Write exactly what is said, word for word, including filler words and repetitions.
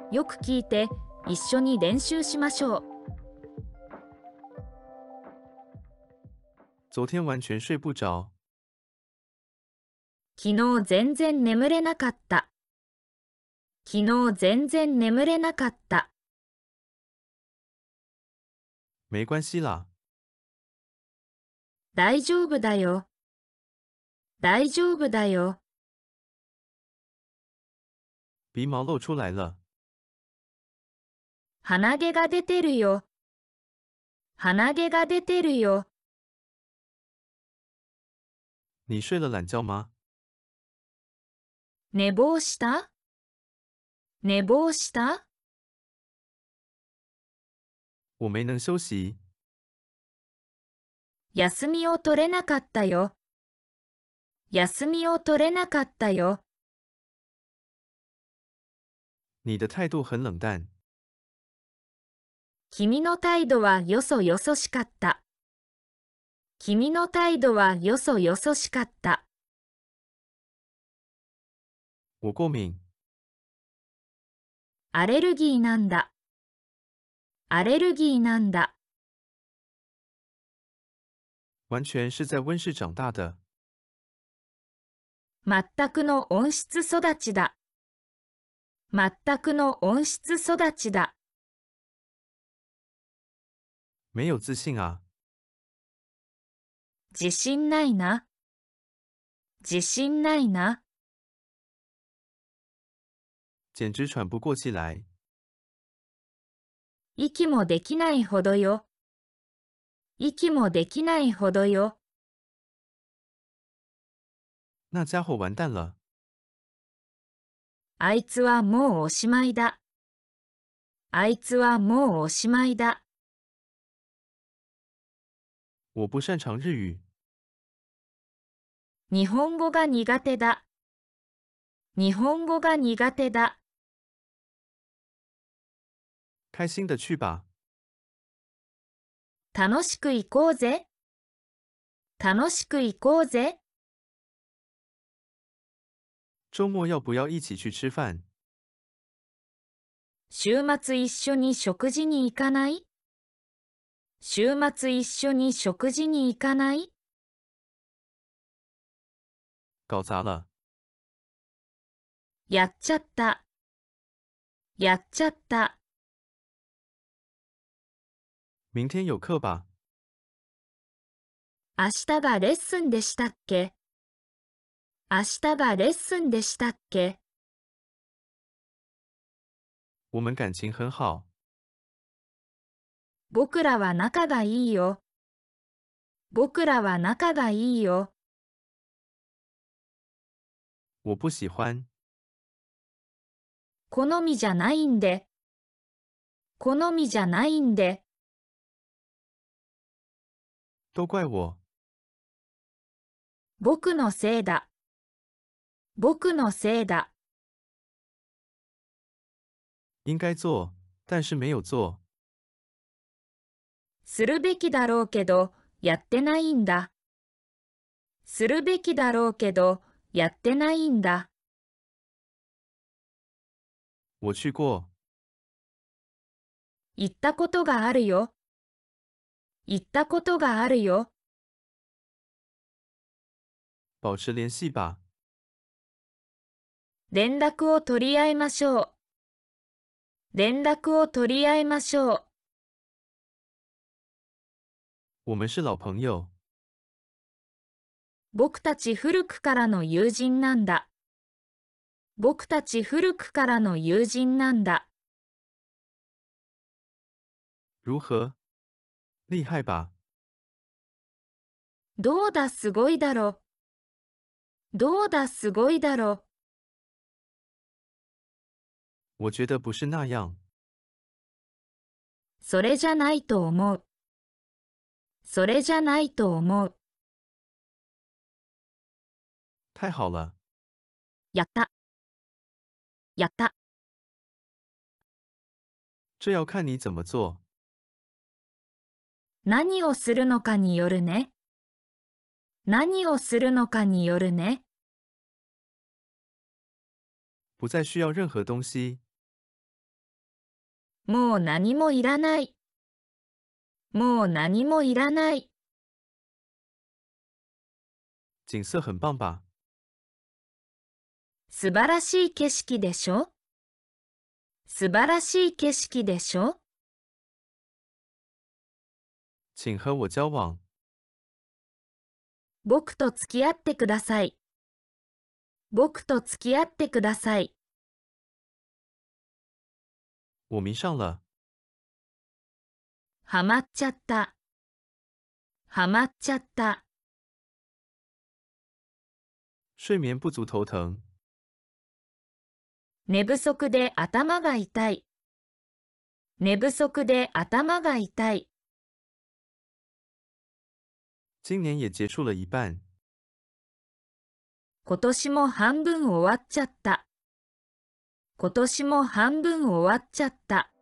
よく聞いて、一緒に練習しましょう。 昨天完全睡不着。 昨日全然眠れなかった。昨日全然眠れなかった。 没关系啦。 大丈夫だよ。大丈夫だよ。 鼻毛露出来了。 鼻毛が出てるよ。鼻毛が出てるよ。 你睡了懒觉吗？ 寝坊した寝坊した我没能休息。 休みを取れなかったよ。休みを取れなかったよ。 你的态度很冷淡。 君の態度はよそよそしかった。君の態度はよそよそしかった。 我过敏。 アレルギーなんだ。アレルギーなんだ。 完全是在温室长大的。 全くの温室育ちだ。全くの温室育ちだ。 没有自信啊。 自信ないな。自信ないな。 简直喘不过气来。 息もできないほどよ。息もできないほどよ。 那家伙完蛋了。 あいつはもうおしまいだ。あいつはもうおしまいだ。 我不擅长日语。 日本語が苦手だ。日本語が苦手だ。 开心的去吧。 楽しく行こうぜ。楽しく行こうぜ。 周末要不要一起去吃饭？ 週末一緒に食事に行かない？週末一緒に食事に行かない？ 搞砸了。 やっちゃった。やっちゃった。 明天有课吧？ 明日がレッスンでしたっけ？明日がレッスンでしたっけ？ 我们感情很好。 僕らは仲がいいよ。僕らは仲がいいよ。 我不喜欢。 好みじゃないんで。好みじゃないんで。 都怪我。 僕のせいだ。僕のせいだ。 应该做，但是没有做。 するべきだろうけど、やってないんだ。するべきだろうけど、やってないんだ。 我去过。 行ったことがあるよ。行ったことがあるよ。 保持联系吧。 連絡を取り合いましょう。連絡を取り合いましょう。 我们是老朋友。 僕たち古くからの友人なんだ。僕たち古くからの友人なんだ。 如何？厉害吧？ どうだすごいだろ。どうだすごいだろ。 我觉得不是那样。 それじゃないと思う。それじゃないと思う。 太好了。 やった。やった。 这要看你怎么做。 何をするのかによるね。何をするのかによるね。 不再需要任何东西。 もう何もいらない。もう何もいらない。 景色很棒吧？ 素晴らしい景色でしょ？素晴らしい景色でしょ？ 请和我交往。 僕と付き合ってください。僕と付き合ってください。 我迷上了。 はまっちゃった。はまっちゃった。 睡眠不足头疼。 寝不足で頭が痛い。寝不足で頭が痛い。 今年也结束了一半。 今年も半分終わっちゃった。今年も半分終わっちゃった。